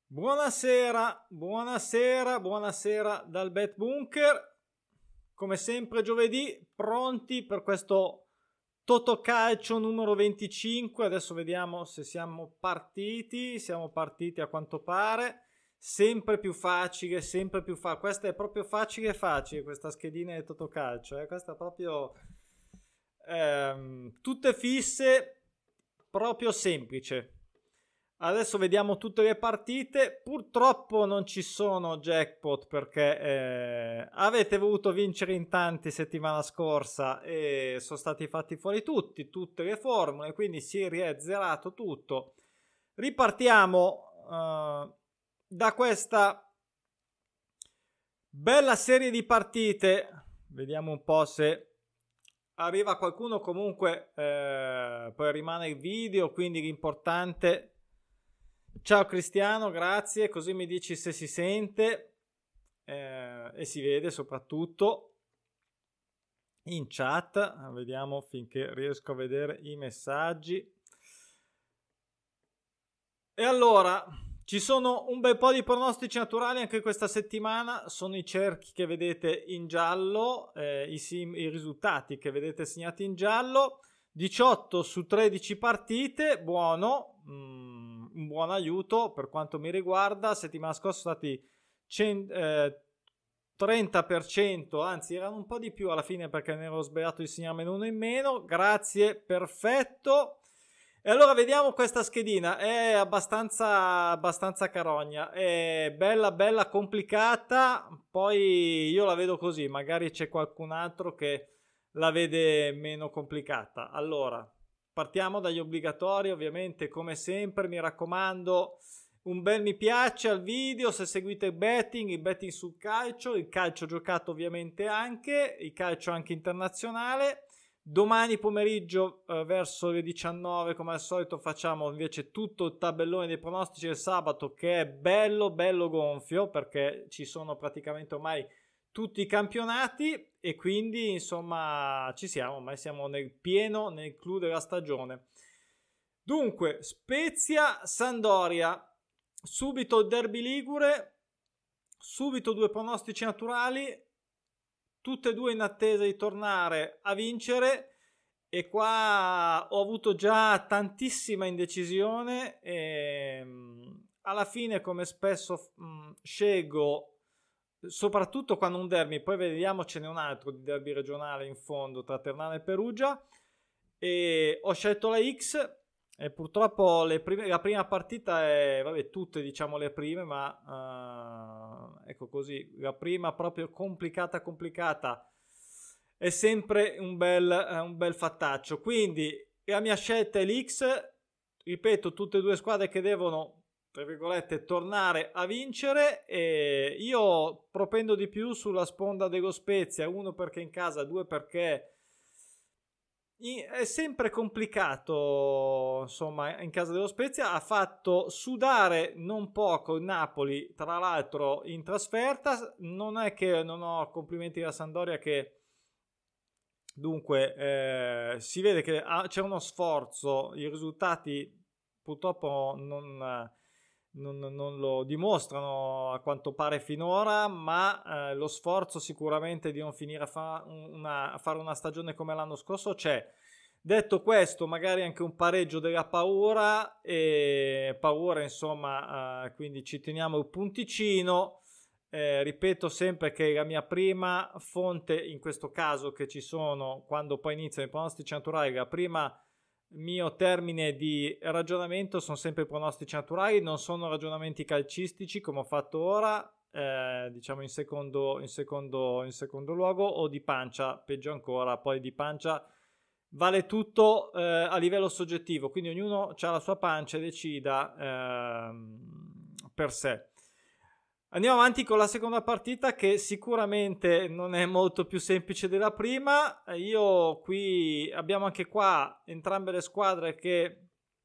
Buonasera, buonasera, buonasera dal Bet Bunker. Come sempre giovedì, pronti per questo Totocalcio numero 25. Adesso vediamo se siamo partiti. Siamo partiti a quanto pare. Sempre più facile, sempre più facile. Questa è proprio facile facile, questa schedina di Totocalcio. Questa è proprio tutte fisse, proprio semplice. Adesso vediamo tutte le partite. Purtroppo non ci sono jackpot perché avete voluto vincere in tanti settimana scorsa e sono stati fatti fuori tutte le formule, quindi si è riazzerato tutto. Ripartiamo da questa bella serie di partite. Vediamo un po' se arriva qualcuno. Comunque poi rimane il video, quindi l'importante... Ciao Cristiano, grazie, così mi dici se si sente e si vede soprattutto in chat. Vediamo finché riesco a vedere i messaggi. E allora, ci sono un bel po' di pronostici naturali anche questa settimana. Sono i cerchi che vedete in giallo, i risultati che vedete segnati in giallo. 18 su 13 partite, buono, un buon aiuto per quanto mi riguarda. Settimana scorsa sono stati 30%, anzi erano un po' di più alla fine perché ne ero sbagliato di segnarmene uno in meno. Grazie, perfetto. E allora vediamo questa schedina, è abbastanza carogna, è bella complicata, poi io la vedo così, magari c'è qualcun altro che la vede meno complicata. Allora, partiamo dagli obbligatori, ovviamente, come sempre, mi raccomando, un bel mi piace al video se seguite il betting sul calcio, il calcio giocato ovviamente anche, il calcio anche internazionale. Domani pomeriggio verso le 19 come al solito facciamo invece tutto il tabellone dei pronostici del sabato, che è bello gonfio perché ci sono praticamente ormai tutti i campionati e quindi insomma ci siamo, ormai siamo nel pieno, nel clou della stagione. Dunque, Spezia, Sampdoria, subito il derby ligure, subito due pronostici naturali, tutte e due in attesa di tornare a vincere, e qua ho avuto già tantissima indecisione e alla fine, come spesso scelgo, soprattutto quando un derby, poi vediamo ce n'è un altro di derby regionale in fondo tra Ternana e Perugia, e ho scelto la X. E purtroppo la prima partita è, vabbè, tutte diciamo le prime, ma ecco così, la prima proprio complicata, è sempre un bel fattaccio. Quindi la mia scelta è l'X, ripeto, tutte e due squadre che devono, tra virgolette, tornare a vincere, e io propendo di più sulla sponda dello Spezia, uno perché in casa, due perché è sempre complicato, insomma, in casa dello Spezia. Ha fatto sudare non poco il Napoli, tra l'altro in trasferta. Non è che non ho complimenti alla Sampdoria, che dunque si vede che c'è uno sforzo, i risultati purtroppo non lo dimostrano a quanto pare finora, ma lo sforzo sicuramente di non finire a fare una stagione come l'anno scorso c'è. Detto questo, magari anche un pareggio della paura, insomma, quindi ci teniamo il punticino. Ripeto sempre che la mia prima fonte, in questo caso che ci sono quando poi iniziano i pronostici naturali, la prima mio termine di ragionamento sono sempre i pronostici naturali, non sono ragionamenti calcistici come ho fatto ora, diciamo in secondo luogo, o di pancia, peggio ancora. Poi di pancia vale tutto a livello soggettivo, quindi ognuno ha la sua pancia e decida per sé. Andiamo avanti con la seconda partita, che sicuramente non è molto più semplice della prima. Io qui abbiamo anche qua entrambe le squadre che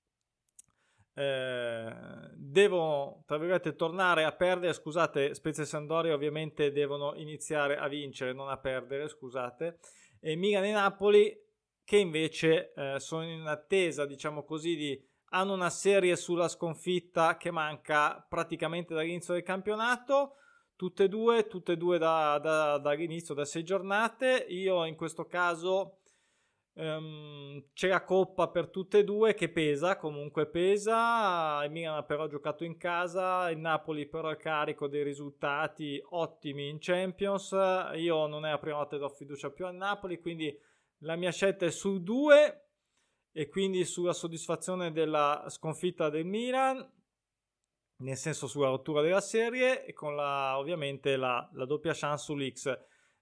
devono, tra virgolette, tornare a perdere. Scusate, Spezia e Sampdoria ovviamente devono iniziare a vincere, non a perdere, scusate. E Milan e Napoli che invece sono in attesa, diciamo così, di hanno una serie sulla sconfitta che manca praticamente dall'inizio del campionato, tutte e due dall'inizio, da 6 giornate. Io in questo caso c'è la Coppa per tutte e due, che comunque pesa. Il Milan ha però giocato in casa, il Napoli però è carico dei risultati ottimi in Champions. Io non è la prima volta che do fiducia più al Napoli, quindi la mia scelta è su 2 e quindi sulla soddisfazione della sconfitta del Milan, nel senso sulla rottura della serie, e con ovviamente la doppia chance sull'X.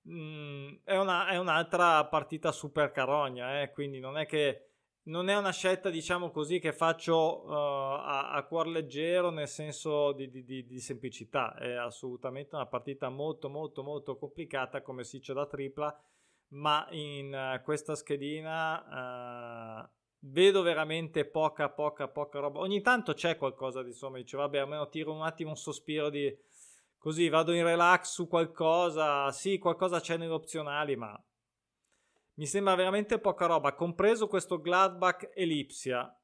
È un'altra partita super carogna, quindi non è una scelta, diciamo così, che faccio a cuor leggero, nel senso di semplicità. È assolutamente una partita molto molto molto complicata, come si dice da tripla, ma in questa schedina vedo veramente poca roba. Ogni tanto c'è qualcosa di, insomma, dice vabbè, almeno tiro un attimo un sospiro di così, vado in relax su qualcosa. Sì, qualcosa c'è nelle opzionali, ma mi sembra veramente poca roba, compreso questo Gladbach e Lipsia.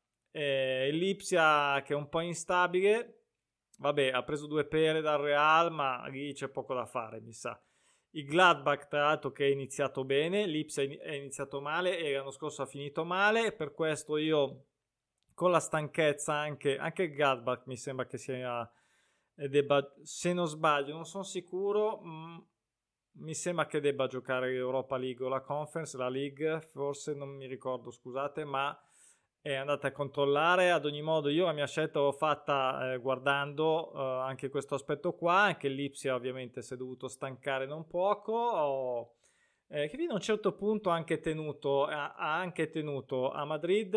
Lipsia che è un po' instabile, vabbè, ha preso 2 pere dal Real, ma lì c'è poco da fare, mi sa. Il Gladbach, tra l'altro, che è iniziato bene, l'Ipsia è iniziato male e l'anno scorso ha finito male, per questo io, con la stanchezza, anche il Gladbach mi sembra che sia debba, se non sbaglio, non sono sicuro, mi sembra che debba giocare l'Europa League o la Conference, la League, forse non mi ricordo, scusate, ma andate a controllare. Ad ogni modo io la mia scelta l'ho fatta guardando anche questo aspetto qua. Anche l'Ipsia ovviamente si è dovuto stancare non poco, che fino a un certo punto ha anche tenuto a Madrid.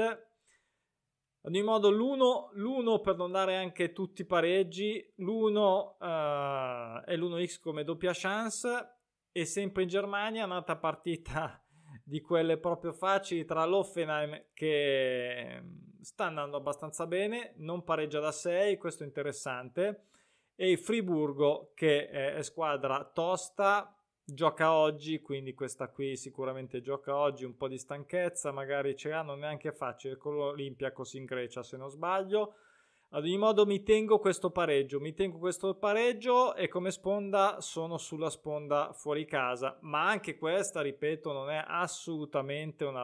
Ad ogni modo l'1 per non dare anche tutti i pareggi, l'1 è l'1x come doppia chance. E sempre in Germania un'altra partita di quelle proprio facili tra l'Hoffenheim, che sta andando abbastanza bene, non pareggia da 6, questo è interessante, e il Friburgo, che è squadra tosta, gioca oggi, quindi questa qui sicuramente gioca oggi, un po' di stanchezza magari ce l'ha, non è neanche facile con l'Olympiakos in Grecia, se non sbaglio. Ad ogni modo mi tengo questo pareggio e come sponda sono sulla sponda fuori casa, ma anche questa, ripeto, non è assolutamente una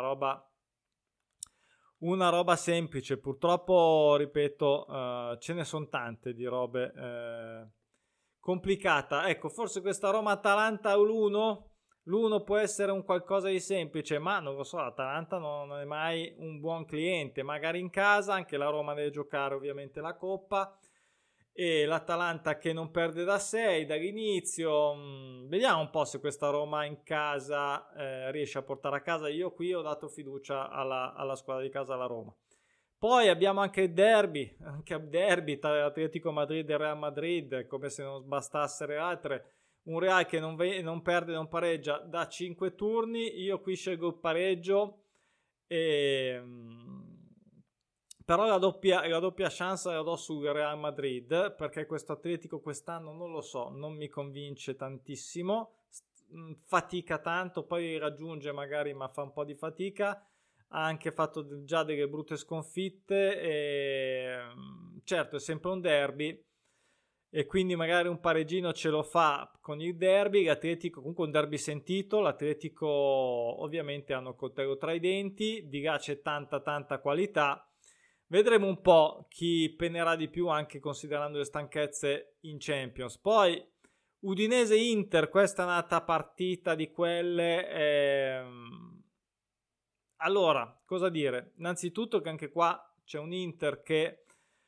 roba semplice. Purtroppo, ripeto, ce ne sono tante di robe complicata. Ecco, forse questa Roma-Atalanta l'1 può essere un qualcosa di semplice, ma non lo so, l'Atalanta non è mai un buon cliente. Magari in casa, anche la Roma deve giocare ovviamente la Coppa, e l'Atalanta che non perde da 6 dall'inizio. Vediamo un po' se questa Roma in casa riesce a portare a casa. Io qui ho dato fiducia alla squadra di casa, alla Roma. Poi abbiamo anche il derby tra Atletico Madrid e Real Madrid, come se non bastassero le altre. Un Real che non perde, non pareggia da 5 turni. Io qui scelgo il pareggio, però la doppia chance la do sul Real Madrid, perché questo Atletico quest'anno non lo so, non mi convince tantissimo, fatica tanto, poi raggiunge magari, ma fa un po' di fatica. Ha anche fatto già delle brutte sconfitte, e certo è sempre un derby e quindi magari un pareggino ce lo fa con il derby. L'Atletico comunque un derby sentito, l'Atletico ovviamente hanno il coltello tra i denti, di là c'è tanta qualità. Vedremo un po' chi penerà di più, anche considerando le stanchezze in Champions. Poi Udinese-Inter, questa è un'altra partita di quelle. Allora, cosa dire? Innanzitutto che anche qua c'è un Inter che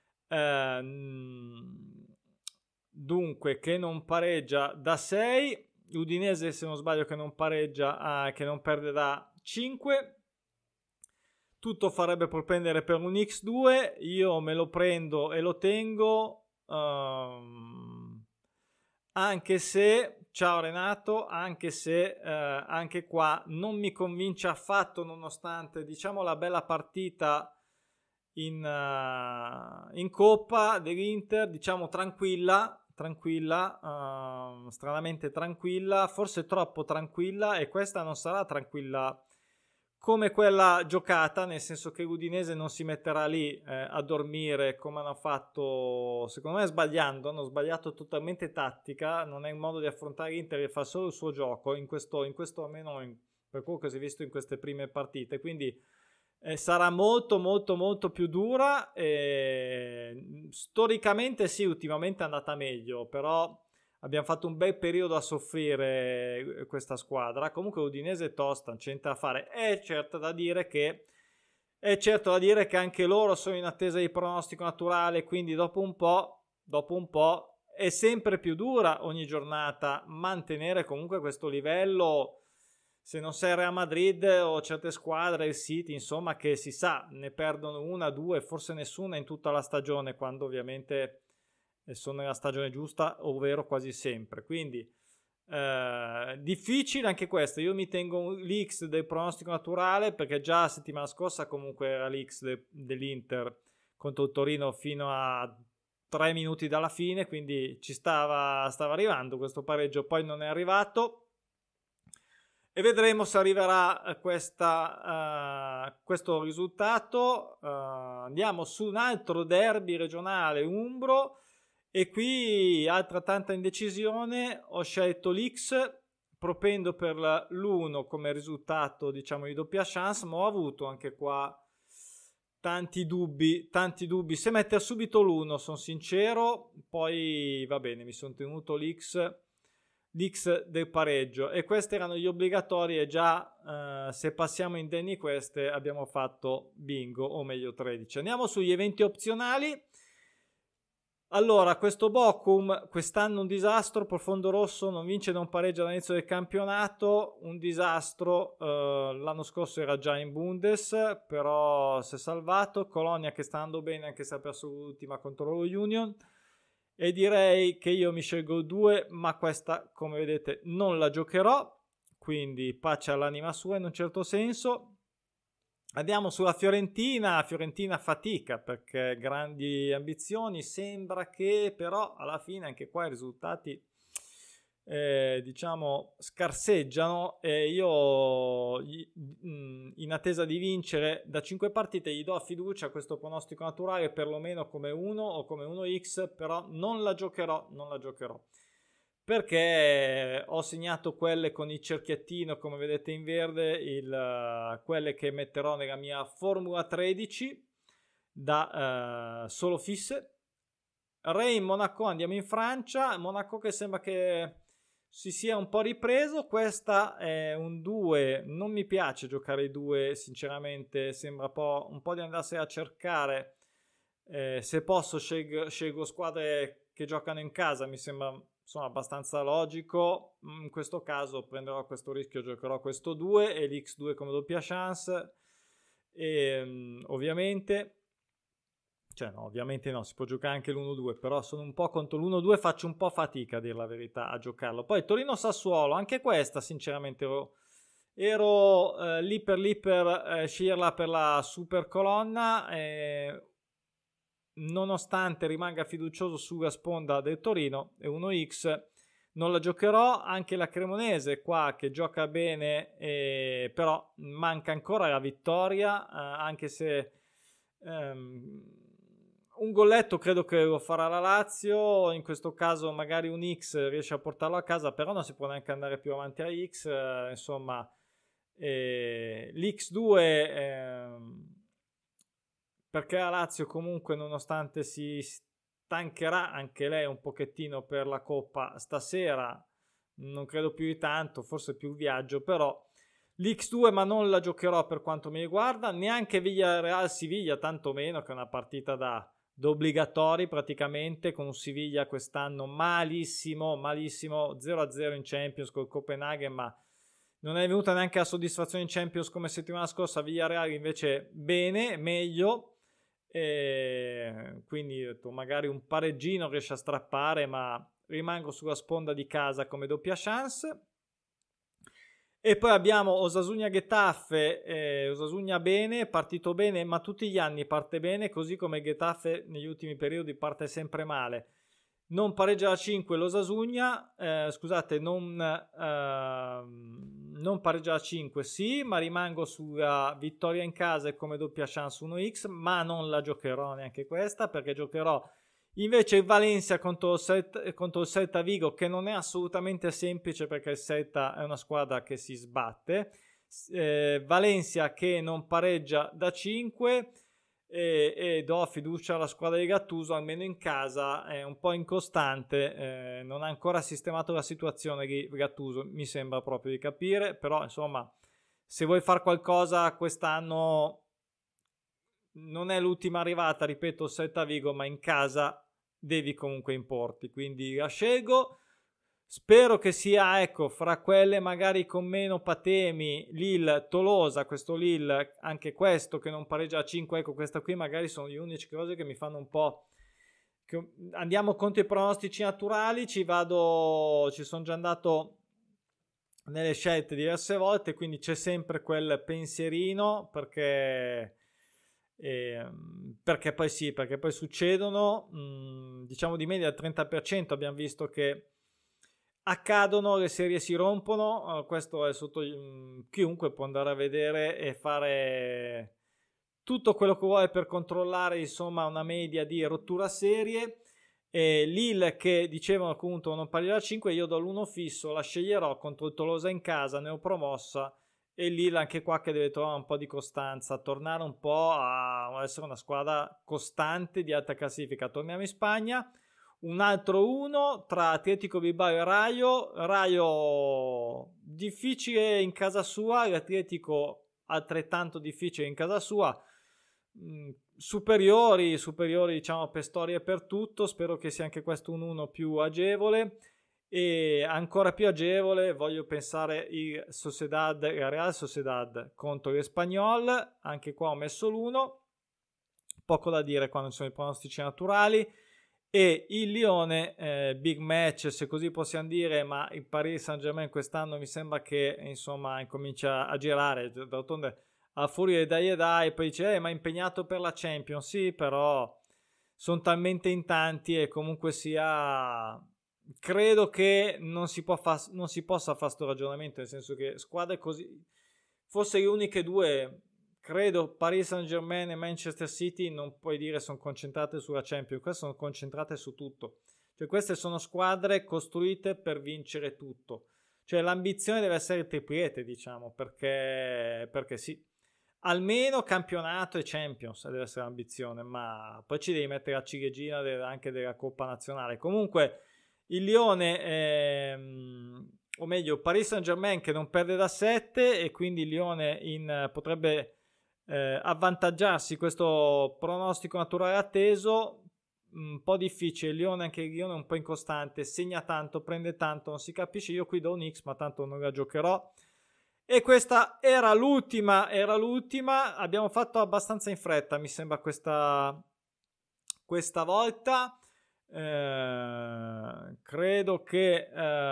dunque che non pareggia da 6, Udinese se non sbaglio che non pareggia, che non perde da 5. Tutto farebbe propendere per un X2, io me lo prendo e lo tengo, anche se, ciao Renato, anche se anche qua non mi convince affatto, nonostante, diciamo, la bella partita in Coppa dell'Inter, diciamo tranquilla, stranamente tranquilla, forse troppo tranquilla, e questa non sarà tranquilla come quella giocata, nel senso che l'Udinese non si metterà lì a dormire come hanno fatto, secondo me sbagliando, hanno sbagliato totalmente tattica, non è un modo di affrontare l'Inter che fa solo il suo gioco, in questo almeno per quello che si è visto in queste prime partite, quindi sarà molto molto molto più dura. Storicamente sì, ultimamente è andata meglio, però abbiamo fatto un bel periodo a soffrire questa squadra. Comunque l'Udinese è tosta, non c'è niente da fare. È certo da dire che anche loro sono in attesa di pronostico naturale, quindi dopo un po' è sempre più dura ogni giornata mantenere comunque questo livello. Se non sei Real Madrid o certe squadre, il City, insomma, che si sa, ne perdono una, due, forse nessuna in tutta la stagione, quando ovviamente sono nella stagione giusta, ovvero quasi sempre. Quindi difficile anche questo. Io mi tengo l'X del pronostico naturale, perché già la settimana scorsa comunque era l'X dell'Inter contro il Torino fino a 3 minuti dalla fine, quindi ci stava arrivando questo pareggio, poi non è arrivato. E vedremo se arriverà questo risultato. Andiamo su un altro derby regionale umbro, e qui altra tanta indecisione. Ho scelto l'X propendo per l'1 come risultato, diciamo, di doppia chance, ma ho avuto anche qua tanti dubbi se mettere subito l'1, sono sincero. Poi va bene, mi sono tenuto l'X del pareggio, e questi erano gli obbligatori, e già se passiamo indenni queste abbiamo fatto bingo, o meglio 13. Andiamo sugli eventi opzionali. Allora, questo Bochum quest'anno un disastro, profondo rosso, non vince, non pareggia all'inizio del campionato, un disastro. L'anno scorso era già in Bundes, però si è salvato. Colonia che sta andando bene anche se ha perso l'ultima contro lo Union. E direi che io mi scelgo 2, ma questa, come vedete, non la giocherò, quindi pace all'anima sua in un certo senso. Andiamo sulla Fiorentina fatica, perché grandi ambizioni, sembra che però alla fine anche qua i risultati diciamo scarseggiano, e io in attesa di vincere da 5 partite gli do fiducia a questo pronostico naturale, perlomeno come 1 o come 1x, però non la giocherò perché ho segnato quelle con il cerchiettino, come vedete in verde, quelle che metterò nella mia formula 13 da solo fisse. Reims Monaco, andiamo in Francia. Monaco che sembra che si sia un po' ripreso. Questa è un 2, non mi piace giocare i 2 sinceramente, sembra un po' di andarsene a cercare. Se posso scelgo squadre che giocano in casa, mi sembra insomma abbastanza logico. In questo caso prenderò questo rischio, giocherò questo 2 e l'X2 come doppia chance. E ovviamente no, si può giocare anche l'1-2, però sono un po' contro l'1-2, faccio un po' fatica a dire la verità a giocarlo. Poi Torino-Sassuolo, anche questa sinceramente ero lì per sceglierla per la super colonna, nonostante rimanga fiducioso sulla sponda del Torino, e 1x non la giocherò. Anche la Cremonese qua che gioca bene, però manca ancora la vittoria, anche se un golletto credo che lo farà la Lazio. In questo caso magari un X riesce a portarlo a casa, però non si può neanche andare più avanti a X, insomma. L'X2 perché la Lazio comunque, nonostante si stancherà anche lei un pochettino per la Coppa stasera, non credo più di tanto, forse più viaggio, però l'X2 ma non la giocherò per quanto mi riguarda. Neanche Villarreal Siviglia, tanto meno, che è una partita da obbligatori praticamente, con un Siviglia quest'anno malissimo 0-0 in Champions col Copenaghen, ma non è venuta neanche la soddisfazione in Champions come settimana scorsa. Villarreal invece bene, meglio, quindi ho detto, magari un pareggino riesce a strappare, ma rimango sulla sponda di casa come doppia chance. E poi abbiamo Osasuna Getafe. Osasuna bene, partito bene, ma tutti gli anni parte bene, così come Getafe negli ultimi periodi parte sempre male. Non pareggia da 5 l'Osasuna, scusate, non non pareggia a 5 sì, ma rimango sulla vittoria in casa e come doppia chance 1x, ma non la giocherò neanche questa, perché giocherò invece il Valencia contro il Celta Vigo, che non è assolutamente semplice perché il Celta è una squadra che si sbatte. Valencia che non pareggia da 5 e do fiducia alla squadra di Gattuso, almeno in casa è un po' incostante, non ha ancora sistemato la situazione di Gattuso, mi sembra proprio di capire, però insomma se vuoi fare qualcosa quest'anno non è l'ultima arrivata, ripeto, Celta Vigo, ma in casa devi comunque importi, quindi la scelgo. Spero che sia, ecco, fra quelle magari con meno patemi, Lille, Tolosa, questo Lille, anche questo che non pareggia a 5, ecco, questa qui magari sono le uniche cose che mi fanno un po'... Andiamo contro i pronostici naturali, ci sono già andato nelle scelte diverse volte, quindi c'è sempre quel pensierino, perché poi sì, perché poi succedono, diciamo di media al 30%, abbiamo visto che accadono, le serie si rompono, questo è sotto, chiunque può andare a vedere e fare tutto quello che vuole per controllare insomma una media di rottura serie. Lille che dicevano appunto non parirà a 5, io do l'1 fisso, la sceglierò contro il Tolosa in casa, neopromossa, e Lille anche qua che deve trovare un po' di costanza, tornare un po' a essere una squadra costante di alta classifica. Torniamo in Spagna, un altro 1 tra Atletico Bilbao e Rayo difficile in casa sua, l'Atletico altrettanto difficile in casa sua, superiori diciamo per storia e per tutto. Spero che sia anche questo un 1 più agevole, e ancora più agevole voglio pensare il Real Sociedad contro l'Espanyol, anche qua ho messo l'1, poco da dire quando sono i pronostici naturali. E il Lione, big match se così possiamo dire, ma il Paris Saint-Germain quest'anno mi sembra che insomma incomincia a girare, d'altronde a furia di dai, poi dice ma è impegnato per la Champions, sì, però sono talmente in tanti e comunque sia credo che non si possa fare sto ragionamento, nel senso che squadre così, forse le uniche due, credo, Paris Saint-Germain e Manchester City, non puoi dire sono concentrate sulla Champions, queste sono concentrate su tutto, cioè queste sono squadre costruite per vincere tutto, cioè l'ambizione deve essere il triplete, diciamo, perché sì, almeno campionato e Champions deve essere l'ambizione, ma poi ci devi mettere la ciliegina anche della Coppa Nazionale. Comunque il Lione, o meglio Paris Saint-Germain che non perde da 7, e quindi il Lione potrebbe avvantaggiarsi questo pronostico naturale atteso. Un po' difficile il Lione, anche il Lione è un po' incostante, segna tanto, prende tanto, non si capisce. Io qui do un X, ma tanto non la giocherò. E questa era l'ultima, abbiamo fatto abbastanza in fretta mi sembra questa volta. Credo che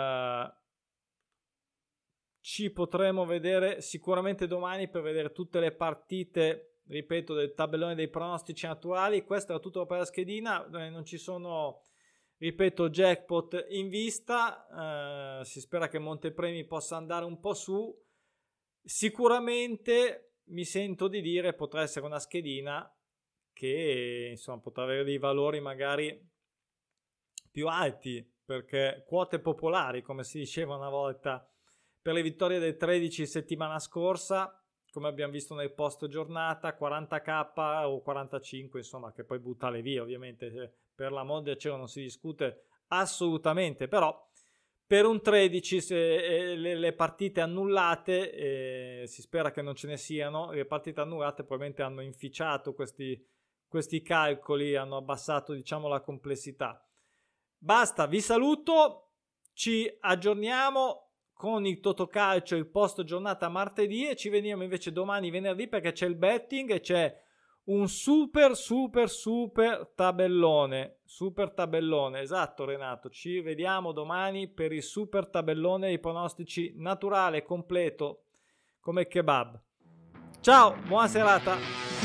ci potremo vedere sicuramente domani per vedere tutte le partite, ripeto, del tabellone dei pronostici naturali. Questo era tutto per la schedina, non ci sono, ripeto, jackpot in vista, si spera che Montepremi possa andare un po' su. Sicuramente mi sento di dire potrà essere una schedina che insomma potrà avere dei valori magari più alti, perché quote popolari, come si diceva una volta, per le vittorie del 13 settimana scorsa, come abbiamo visto nel post giornata, 40k o 45, insomma, che poi buttale via, ovviamente, per l'amor del cielo non si discute assolutamente, però per un 13 se le partite annullate, si spera che non ce ne siano, le partite annullate probabilmente hanno inficiato questi calcoli, hanno abbassato diciamo la complessità. Basta, vi saluto, ci aggiorniamo con il Totocalcio, il post giornata martedì, e ci vediamo invece domani venerdì perché c'è il betting e c'è un super tabellone, esatto Renato, ci vediamo domani per il super tabellone dei pronostici naturale completo come kebab. Ciao, buona serata.